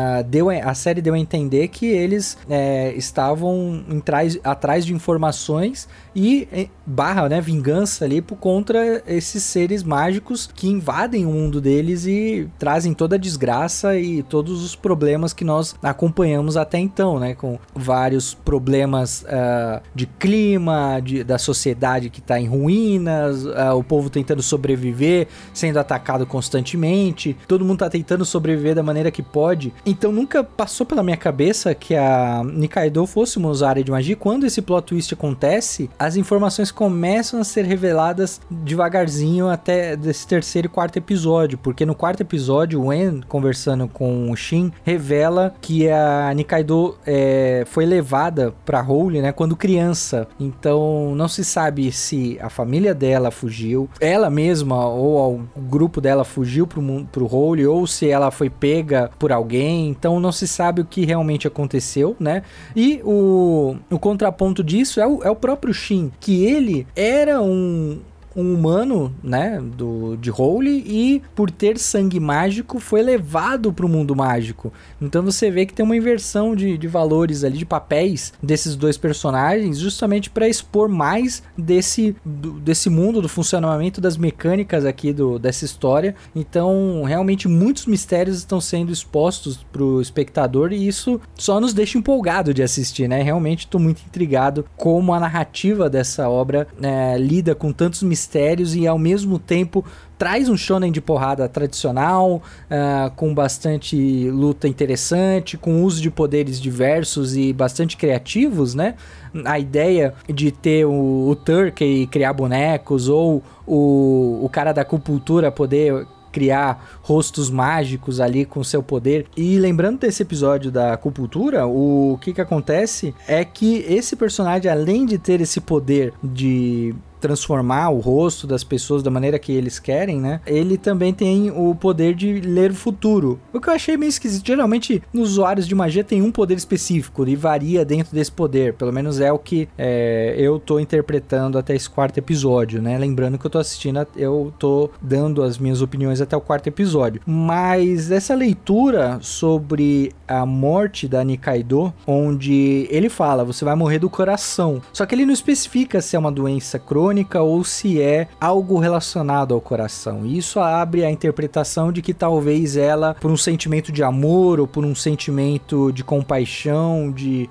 a série deu a entender que eles estavam atrás de informações e né, vingança ali contra esses seres mágicos que invadem o mundo deles e trazem toda a desgraça e todos os problemas que nós acompanhamos até então, né? Com vários problemas de clima, da sociedade que está em ruínas, o povo tentando sobreviver, sendo atacado constantemente, todo mundo tá tentando sobreviver da maneira que pode. Então nunca passou pela minha cabeça que a Nikaido fosse uma usuária de magia. Quando esse plot twist acontece, as informações começam a ser reveladas devagarzinho até desse terceiro e quarto episódio, porque no quarto episódio o En, conversando com o Shin, revela que a Nikaido foi levada pra Holy, né, quando criança. Então não se sabe se a família dela fugiu, ela mesma ou o grupo dela fugiu pro Holy, ou se ela foi pega por alguém. Então não se sabe o que realmente aconteceu, né? E o contraponto disso é o próprio Shin, que ele era um humano, né, de Holy, e por ter sangue mágico foi levado para o mundo mágico. Então você vê que tem uma inversão de valores ali, de papéis desses dois personagens, justamente para expor mais desse mundo, do funcionamento das mecânicas aqui dessa história. Então realmente muitos mistérios estão sendo expostos pro espectador, e isso só nos deixa empolgado de assistir, né? Realmente estou muito intrigado como a narrativa dessa obra lida com tantos mistérios e ao mesmo tempo traz um shonen de porrada tradicional, com bastante luta interessante, com uso de poderes diversos e bastante criativos, né? A ideia de ter o Turkey criar bonecos, ou o cara da acupuntura poder criar rostos mágicos ali com seu poder. E lembrando desse episódio da acupuntura, o que acontece é que esse personagem, além de ter esse poder de transformar o rosto das pessoas da maneira que eles querem, né? Ele também tem o poder de ler o futuro. O que eu achei meio esquisito. Geralmente, os usuários de magia têm um poder específico e varia dentro desse poder. Pelo menos é o que eu tô interpretando até esse 4º episódio, né? Lembrando que eu tô assistindo, eu tô dando as minhas opiniões até o 4º episódio. Mas essa leitura sobre a morte da Nikaido, onde ele fala, você vai morrer do coração. Só que ele não especifica se é uma doença crônica ou se é algo relacionado ao coração. E isso abre a interpretação de que talvez ela, por um sentimento de amor ou por um sentimento de compaixão, de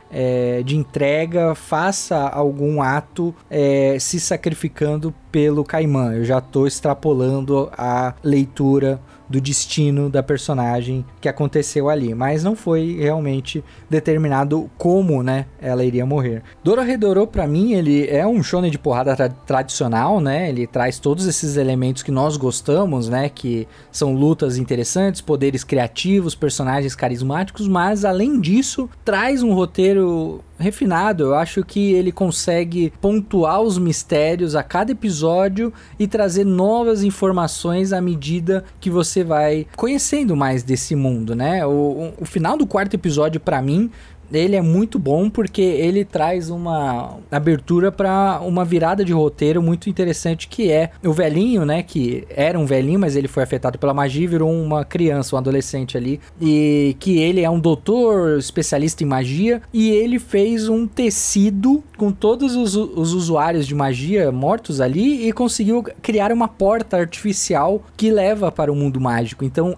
entrega, faça algum ato se sacrificando pelo Caimã. Eu já tô extrapolando a leitura do destino da personagem que aconteceu ali, mas não foi realmente determinado como, né, ela iria morrer. Dorohedoro, pra mim, ele é um shonen de porrada tradicional, né, ele traz todos esses elementos que nós gostamos, né, que são lutas interessantes, poderes criativos, personagens carismáticos, mas além disso, traz um roteiro refinado. Eu acho que ele consegue pontuar os mistérios a cada episódio e trazer novas informações à medida que você vai conhecendo mais desse mundo, né? O final do 4º episódio, pra mim, ele é muito bom porque ele traz uma abertura para uma virada de roteiro muito interessante, que é o velhinho, né, que era um velhinho, mas ele foi afetado pela magia e virou uma criança, um adolescente ali, e que ele é um doutor especialista em magia, e ele fez um tecido com todos os usuários de magia mortos ali e conseguiu criar uma porta artificial que leva para o mundo mágico. Então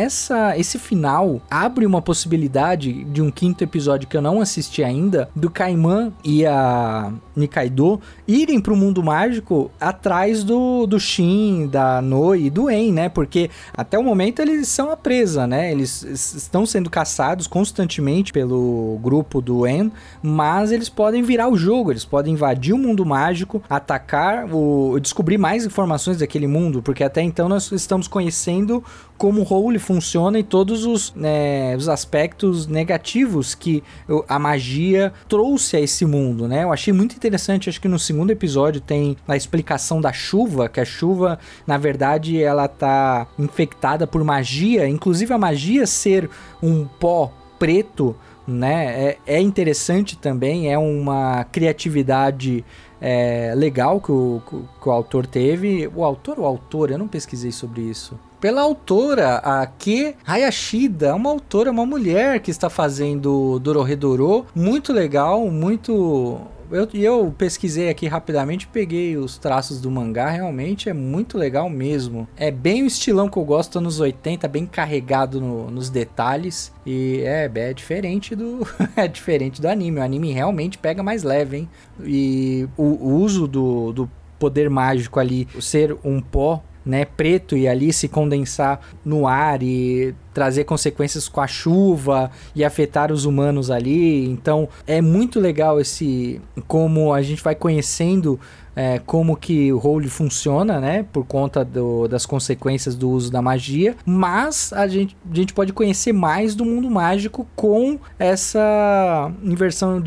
esse final abre uma possibilidade de um 5º episódio que eu não assisti ainda, do Caimã e a Nikaido irem pro mundo mágico atrás do Shin, da Noi e do En, né? Porque até o momento eles são a presa, né? Eles estão sendo caçados constantemente pelo grupo do En, mas eles podem virar o jogo, eles podem invadir o mundo mágico, atacar, descobrir mais informações daquele mundo, porque até então nós estamos conhecendo como o Howl funciona e todos os aspectos negativos que a magia trouxe a esse mundo, né? Eu achei muito interessante, acho que no 2º episódio tem a explicação da chuva, que a chuva, na verdade, ela tá infectada por magia, inclusive a magia ser um pó preto, né? É interessante também, é uma criatividade legal que o autor teve. O autor ou autora? Eu não pesquisei sobre isso. Pela autora, a Ke Hayashida, uma autora, uma mulher que está fazendo Dorohedoro, muito legal, muito... Eu pesquisei aqui rapidamente, peguei os traços do mangá, realmente é muito legal mesmo. É bem o estilão que eu gosto anos 80, bem carregado nos detalhes, e é diferente do é diferente do anime. O anime realmente pega mais leve, hein? E o uso do poder mágico ali, ser um pó, né, preto, e ali se condensar no ar e trazer consequências com a chuva e afetar os humanos ali. Então é muito legal como a gente vai conhecendo como que o Howl funciona, né, por conta das consequências do uso da magia, mas a gente pode conhecer mais do mundo mágico com essa inversão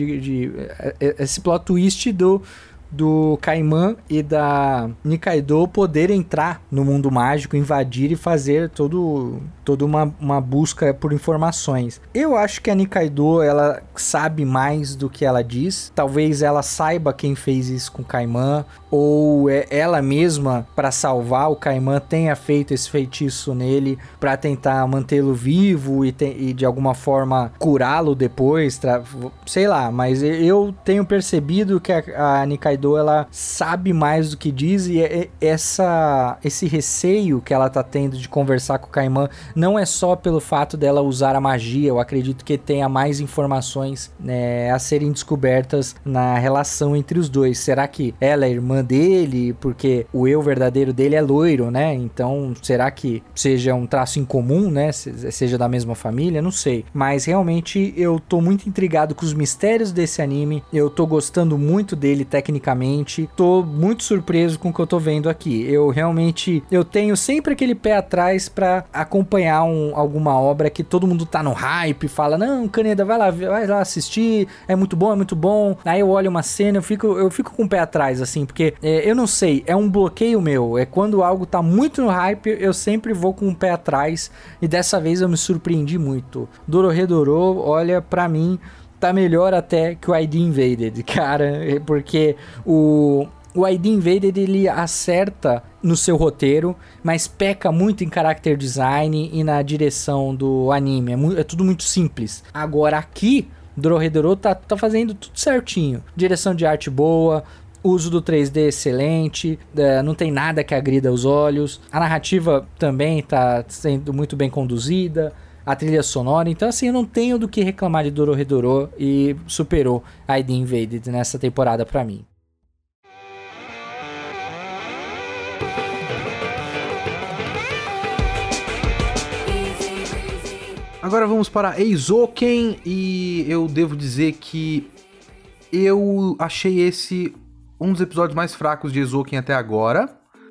esse plot twist do Caimã e da Nikaido poder entrar no mundo mágico, invadir e fazer toda uma busca por informações. Eu acho que a Nikaido, ela sabe mais do que ela diz. Talvez ela saiba quem fez isso com o Caimã, ou ela mesma, para salvar o Caimã, tenha feito esse feitiço nele para tentar mantê-lo vivo e de alguma forma curá-lo depois, sei lá. Mas eu tenho percebido que a Nikaido, ela sabe mais do que diz, e esse receio que ela tá tendo de conversar com o Caimã não é só pelo fato dela usar a magia. Eu acredito que tenha mais informações, né, a serem descobertas na relação entre os dois. Será que ela é irmã dele? Porque o eu verdadeiro dele é loiro, né? Então, será que seja um traço em comum, né? Seja da mesma família? Não sei. Mas realmente eu tô muito intrigado com os mistérios desse anime. Eu tô gostando muito dele tecnicamente. tecnicamente. Tô muito surpreso com o que eu tô vendo aqui. Eu tenho sempre aquele pé atrás pra acompanhar alguma obra que todo mundo tá no hype, fala, não, Kaneda, vai lá assistir, é muito bom. Aí eu olho uma cena, eu fico com o pé atrás, assim, porque eu não sei, é um bloqueio meu, é quando algo tá muito no hype, eu sempre vou com o pé atrás, e dessa vez eu me surpreendi muito. Dorohedoro, olha, pra mim, tá melhor até que o ID Invaded, cara, porque o ID Invaded, ele acerta no seu roteiro, mas peca muito em character design e na direção do anime, é tudo muito simples. Agora aqui, Dorohedoro tá fazendo tudo certinho, direção de arte boa, uso do 3D excelente, não tem nada que agrida os olhos, a narrativa também tá sendo muito bem conduzida, a trilha sonora, então assim, eu não tenho do que reclamar de Dorohedoro e superou ID Invaded nessa temporada pra mim. Agora vamos para Eizouken, e eu devo dizer que eu achei esse um dos episódios mais fracos de Eizouken até agora.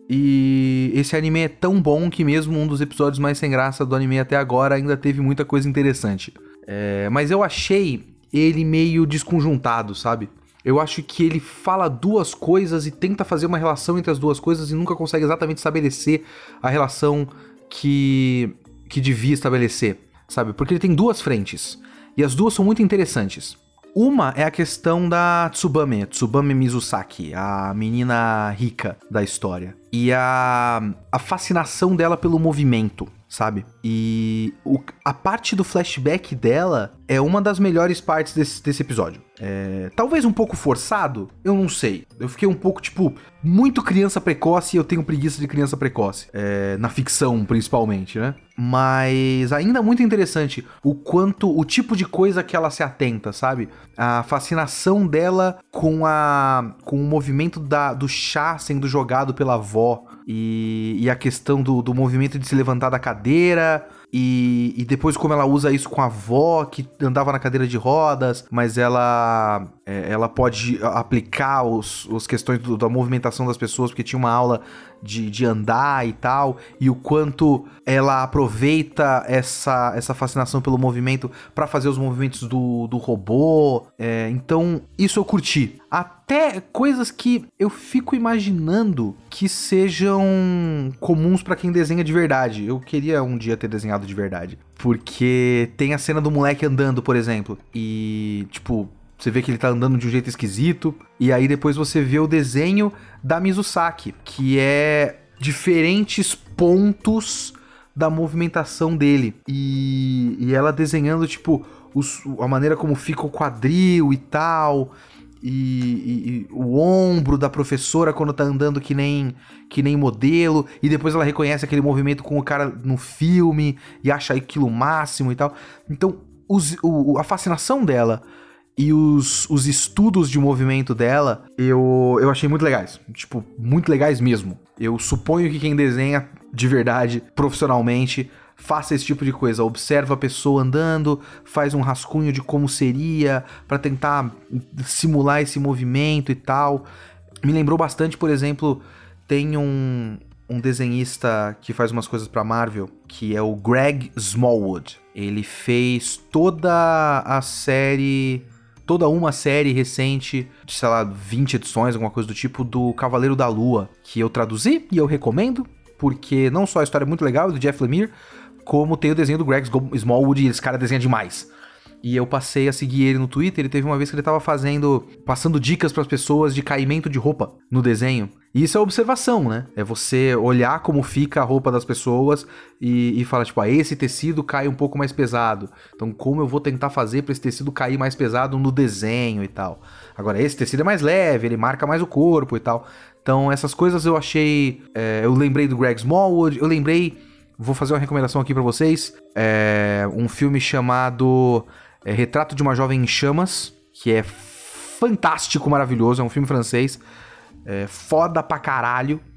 E esse anime é tão bom que mesmo um dos episódios mais sem graça do anime até agora ainda teve muita coisa interessante. Mas eu achei ele meio desconjuntado, sabe? Eu acho que ele fala duas coisas e tenta fazer uma relação entre as duas coisas e nunca consegue exatamente estabelecer a relação que devia estabelecer, sabe? Porque ele tem duas frentes e as duas são muito interessantes. Uma é a questão da Tsubame Mizusaki, a menina rica da história. E a fascinação dela pelo movimento, sabe? E a parte do flashback dela é uma das melhores partes desse episódio. Talvez um pouco forçado, eu não sei. Eu fiquei um pouco, muito criança precoce e eu tenho preguiça de criança precoce. Na ficção, principalmente, né? Mas ainda muito interessante o tipo de coisa que ela se atenta, sabe? A fascinação dela com o movimento do chá sendo jogado pela avó. E a questão do movimento de se levantar da cadeira. E depois como ela usa isso com a avó, que andava na cadeira de rodas, mas ela pode aplicar as questões da movimentação das pessoas, porque tinha uma aula de andar e tal, e o quanto ela aproveita essa fascinação pelo movimento para fazer os movimentos do robô. Então, isso eu curti. Até coisas que eu fico imaginando que sejam comuns pra quem desenha de verdade. Eu queria um dia ter desenhado de verdade. Porque tem a cena do moleque andando, por exemplo. E, você vê que ele tá andando de um jeito esquisito. E aí depois você vê o desenho da Mizusaki, que é diferentes pontos da movimentação dele. E ela desenhando, a maneira como fica o quadril e tal. E o ombro da professora quando tá andando que nem modelo, e depois ela reconhece aquele movimento com o cara no filme e acha aquilo o máximo e tal. Então a fascinação dela e os estudos de movimento dela eu achei muito legais, muito legais mesmo. Eu suponho que quem desenha de verdade, profissionalmente, faça esse tipo de coisa, observa a pessoa andando, faz um rascunho de como seria, pra tentar simular esse movimento e tal. Me lembrou bastante, por exemplo, tem um desenhista que faz umas coisas pra Marvel, que é o Greg Smallwood. Ele fez toda uma série recente, de, 20 edições, alguma coisa do tipo, do Cavaleiro da Lua, que eu traduzi e eu recomendo, porque não só a história é muito legal, do Jeff Lemire, como tem o desenho do Greg Smallwood, e esse cara desenha demais. E eu passei a seguir ele no Twitter, ele teve uma vez que ele tava passando dicas pras pessoas de caimento de roupa no desenho. E isso é observação, né? É você olhar como fica a roupa das pessoas e falar, esse tecido cai um pouco mais pesado. Então, como eu vou tentar fazer pra esse tecido cair mais pesado no desenho e tal. Agora, esse tecido é mais leve, ele marca mais o corpo e tal. Então, essas coisas eu achei... eu lembrei do Greg Smallwood, eu lembrei... Vou fazer uma recomendação aqui pra vocês. Um filme chamado Retrato de uma Jovem em Chamas, que é fantástico, maravilhoso. É um filme francês. Foda pra caralho.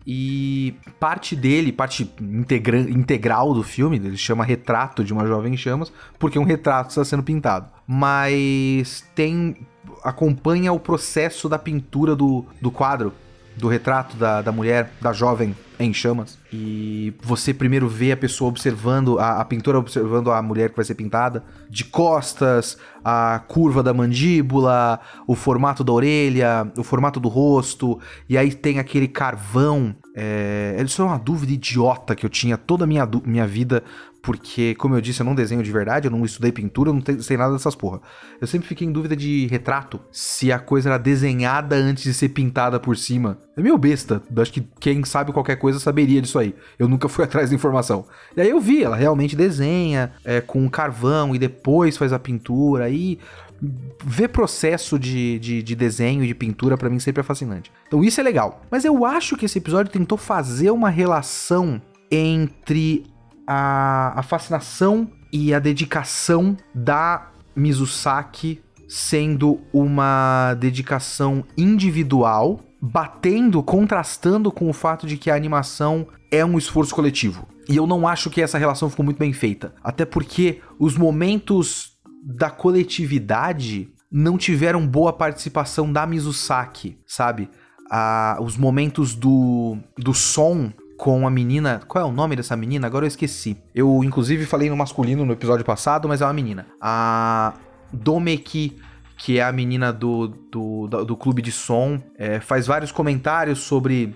e parte integral do filme, ele chama Retrato de uma Jovem em Chamas, porque um retrato está sendo pintado. Mas acompanha o processo da pintura do quadro, do retrato da mulher, da jovem em chamas. E você primeiro vê a pessoa observando, a pintora observando a mulher que vai ser pintada, de costas, a curva da mandíbula, o formato da orelha, o formato do rosto, e aí tem aquele carvão. Isso é uma dúvida idiota que eu tinha toda a minha vida, porque, como eu disse, eu não desenho de verdade, eu não estudei pintura, eu não sei nada dessas porra. Eu sempre fiquei em dúvida de retrato, se a coisa era desenhada antes de ser pintada por cima. É meio besta, acho que quem sabe qualquer coisa saberia disso aí. Eu nunca fui atrás da informação. E aí eu vi, ela realmente desenha com carvão e depois faz a pintura, aí ver processo de desenho e de pintura pra mim sempre é fascinante. Então isso é legal. Mas eu acho que esse episódio tentou fazer uma relação entre a fascinação e a dedicação da Mizusaki sendo uma dedicação individual, contrastando com o fato de que a animação é um esforço coletivo. E eu não acho que essa relação ficou muito bem feita. Até porque os momentos da coletividade não tiveram boa participação da Mizusaki, sabe? Os momentos do som com a menina... Qual é o nome dessa menina? Agora eu esqueci. Eu, inclusive, falei no masculino no episódio passado, mas é uma menina. A Domeki, que é a menina do clube de som, faz vários comentários sobre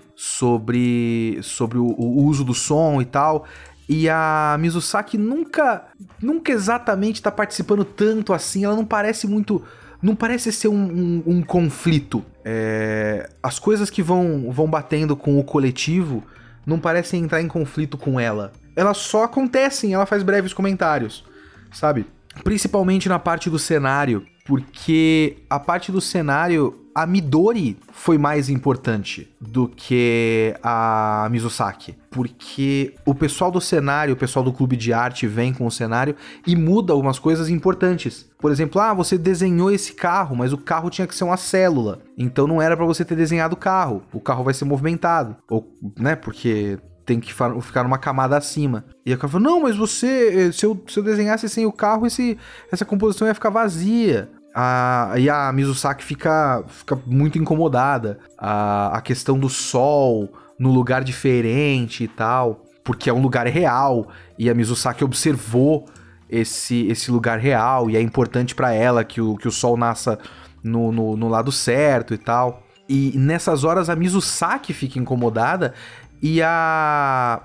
o uso do som e tal. E a Mizusaki nunca exatamente tá participando tanto assim. Ela não parece muito... Não parece ser um conflito. As coisas que vão batendo com o coletivo não parecem entrar em conflito com ela. Elas só acontecem, ela faz breves comentários, sabe? Principalmente na parte do cenário, porque a parte do cenário, a Midori foi mais importante do que a Mizusaki. Porque o pessoal do cenário, o pessoal do clube de arte vem com o cenário e muda algumas coisas importantes. Por exemplo, você desenhou esse carro, mas o carro tinha que ser uma célula. Então não era pra você ter desenhado o carro vai ser movimentado. Ou, né, porque tem que ficar numa camada acima. E a cara falou, não, mas se eu desenhasse sem o carro, essa composição ia ficar vazia. E a Mizusaki fica muito incomodada. A questão do sol no lugar diferente e tal, porque é um lugar real, e a Mizusaki observou esse lugar real, e é importante pra ela que o sol nasça no lado certo e tal. E nessas horas a Mizusaki fica incomodada, e a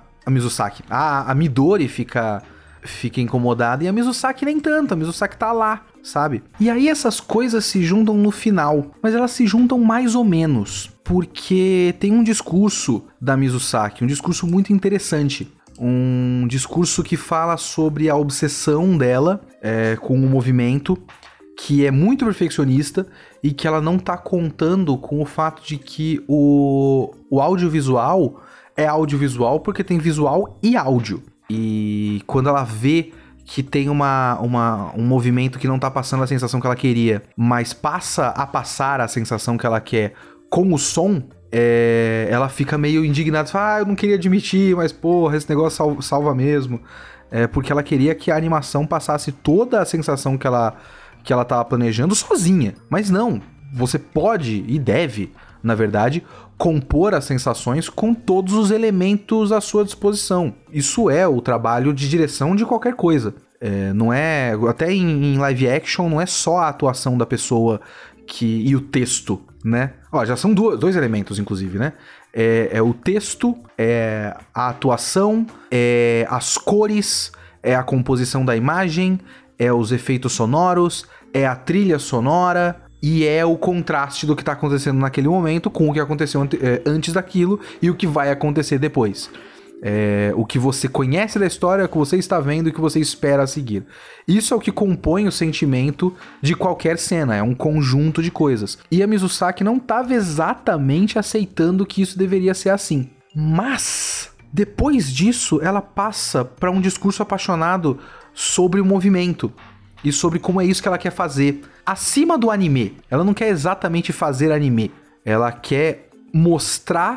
Midori fica incomodada, e a Mizusaki nem tanto, a Mizusaki tá lá, sabe? E aí essas coisas se juntam no final, mas elas se juntam mais ou menos, porque tem um discurso da Mizusaki, um discurso muito interessante, um discurso que fala sobre a obsessão dela com o movimento, que é muito perfeccionista e que ela não tá contando com o fato de que o audiovisual é audiovisual porque tem visual e áudio. E quando ela vê que tem um movimento que não tá passando a sensação que ela queria, mas passa a passar a sensação que ela quer com o som, ela fica meio indignada. Fala, eu não queria admitir, mas porra, esse negócio salva mesmo. Porque ela queria que a animação passasse toda a sensação que ela tava planejando sozinha. Mas não, você pode e deve, na verdade, compor as sensações com todos os elementos à sua disposição. Isso é o trabalho de direção de qualquer coisa. Não é, até em live action, não é só a atuação da pessoa e o texto, né? Já são dois elementos, inclusive, né? O texto, a atuação, as cores, a composição da imagem, os efeitos sonoros, a trilha sonora, e o contraste do que tá acontecendo naquele momento com o que aconteceu antes daquilo e o que vai acontecer depois. O que você conhece da história, o que você está vendo e o que você espera a seguir. Isso é o que compõe o sentimento de qualquer cena, é um conjunto de coisas. E a Mizusaki não estava exatamente aceitando que isso deveria ser assim. Mas, depois disso, ela passa para um discurso apaixonado sobre o movimento e sobre como é isso que ela quer fazer. Acima do anime, ela não quer exatamente fazer anime, ela quer mostrar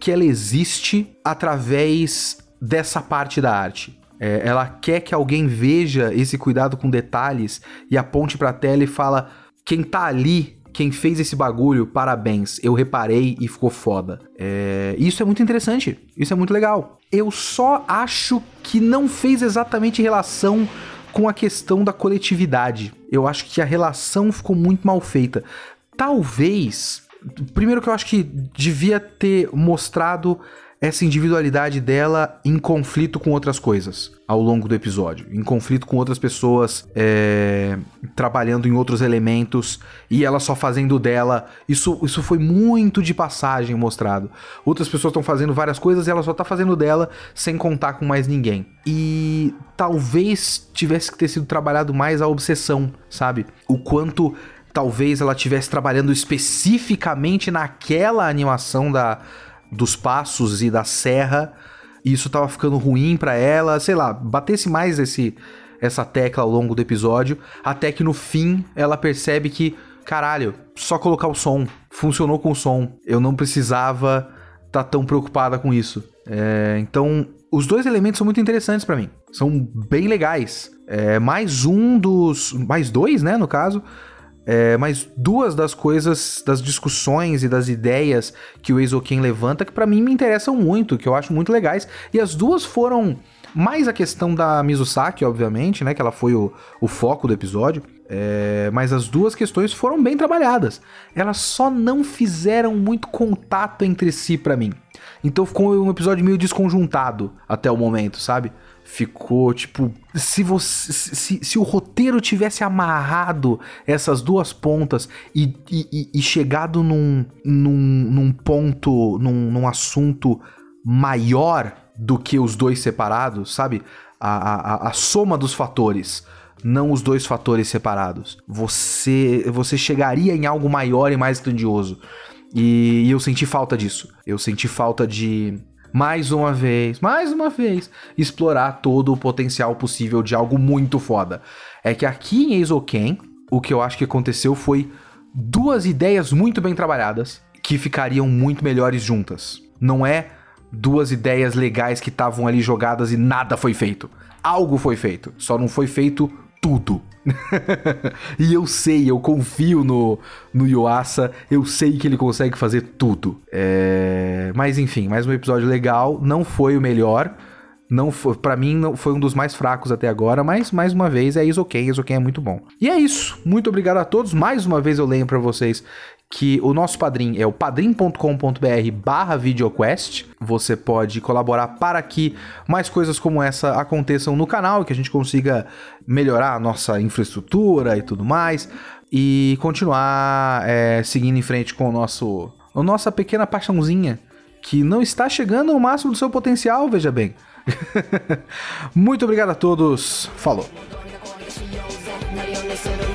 que ela existe através dessa parte da arte. Ela quer que alguém veja esse cuidado com detalhes e aponte pra tela e fala: quem tá ali, quem fez esse bagulho, parabéns, eu reparei e ficou foda. Isso é muito interessante, isso é muito legal. Eu só acho que não fez exatamente relação com a questão da coletividade. Eu acho que a relação ficou muito mal feita. Talvez, primeiro que eu acho que devia ter mostrado essa individualidade dela em conflito com outras coisas ao longo do episódio, em conflito com outras pessoas, trabalhando em outros elementos, e ela só fazendo dela. Isso foi muito de passagem mostrado. Outras pessoas estão fazendo várias coisas e ela só tá fazendo dela sem contar com mais ninguém. E talvez tivesse que ter sido trabalhado mais a obsessão, sabe? O quanto talvez ela estivesse trabalhando especificamente naquela animação dos passos e da serra, e isso tava ficando ruim pra ela, sei lá, batesse mais essa tecla ao longo do episódio, até que no fim ela percebe que, caralho, só colocar o som, funcionou com o som, eu não precisava tá tão preocupada com isso. Então, os dois elementos são muito interessantes pra mim, são bem legais. Mais dois, né, no caso, mas duas das coisas, das discussões e das ideias que o Eizouken levanta, que pra mim me interessam muito, que eu acho muito legais, e as duas foram mais a questão da Mizusaki, obviamente, né, que ela foi o foco do episódio, mas as duas questões foram bem trabalhadas, elas só não fizeram muito contato entre si pra mim, então ficou um episódio meio desconjuntado até o momento, sabe? Ficou, tipo, se o roteiro tivesse amarrado essas duas pontas e chegado num ponto, num assunto maior do que os dois separados, sabe? A soma dos fatores, não os dois fatores separados. Você chegaria em algo maior e mais grandioso. E eu senti falta disso. Eu senti falta de... mais uma vez, explorar todo o potencial possível de algo muito foda. É que aqui em Eizouken, o que eu acho que aconteceu foi duas ideias muito bem trabalhadas que ficariam muito melhores juntas. Não é duas ideias legais que estavam ali jogadas e nada foi feito. Algo foi feito, só não foi feito tudo. E eu confio no Yuasa, eu sei que ele consegue fazer tudo. Mas enfim, mais um episódio legal, não foi o melhor, não foi, pra mim não foi um dos mais fracos até agora, mas mais uma vez Eizouken é muito bom. E é isso, muito obrigado a todos, mais uma vez eu lembro pra vocês que o nosso padrim é o padrim.com.br/videoquest. Você pode colaborar para que mais coisas como essa aconteçam no canal e que a gente consiga melhorar a nossa infraestrutura e tudo mais. E continuar seguindo em frente com a nossa pequena paixãozinha, que não está chegando ao máximo do seu potencial, veja bem. Muito obrigado a todos. Falou.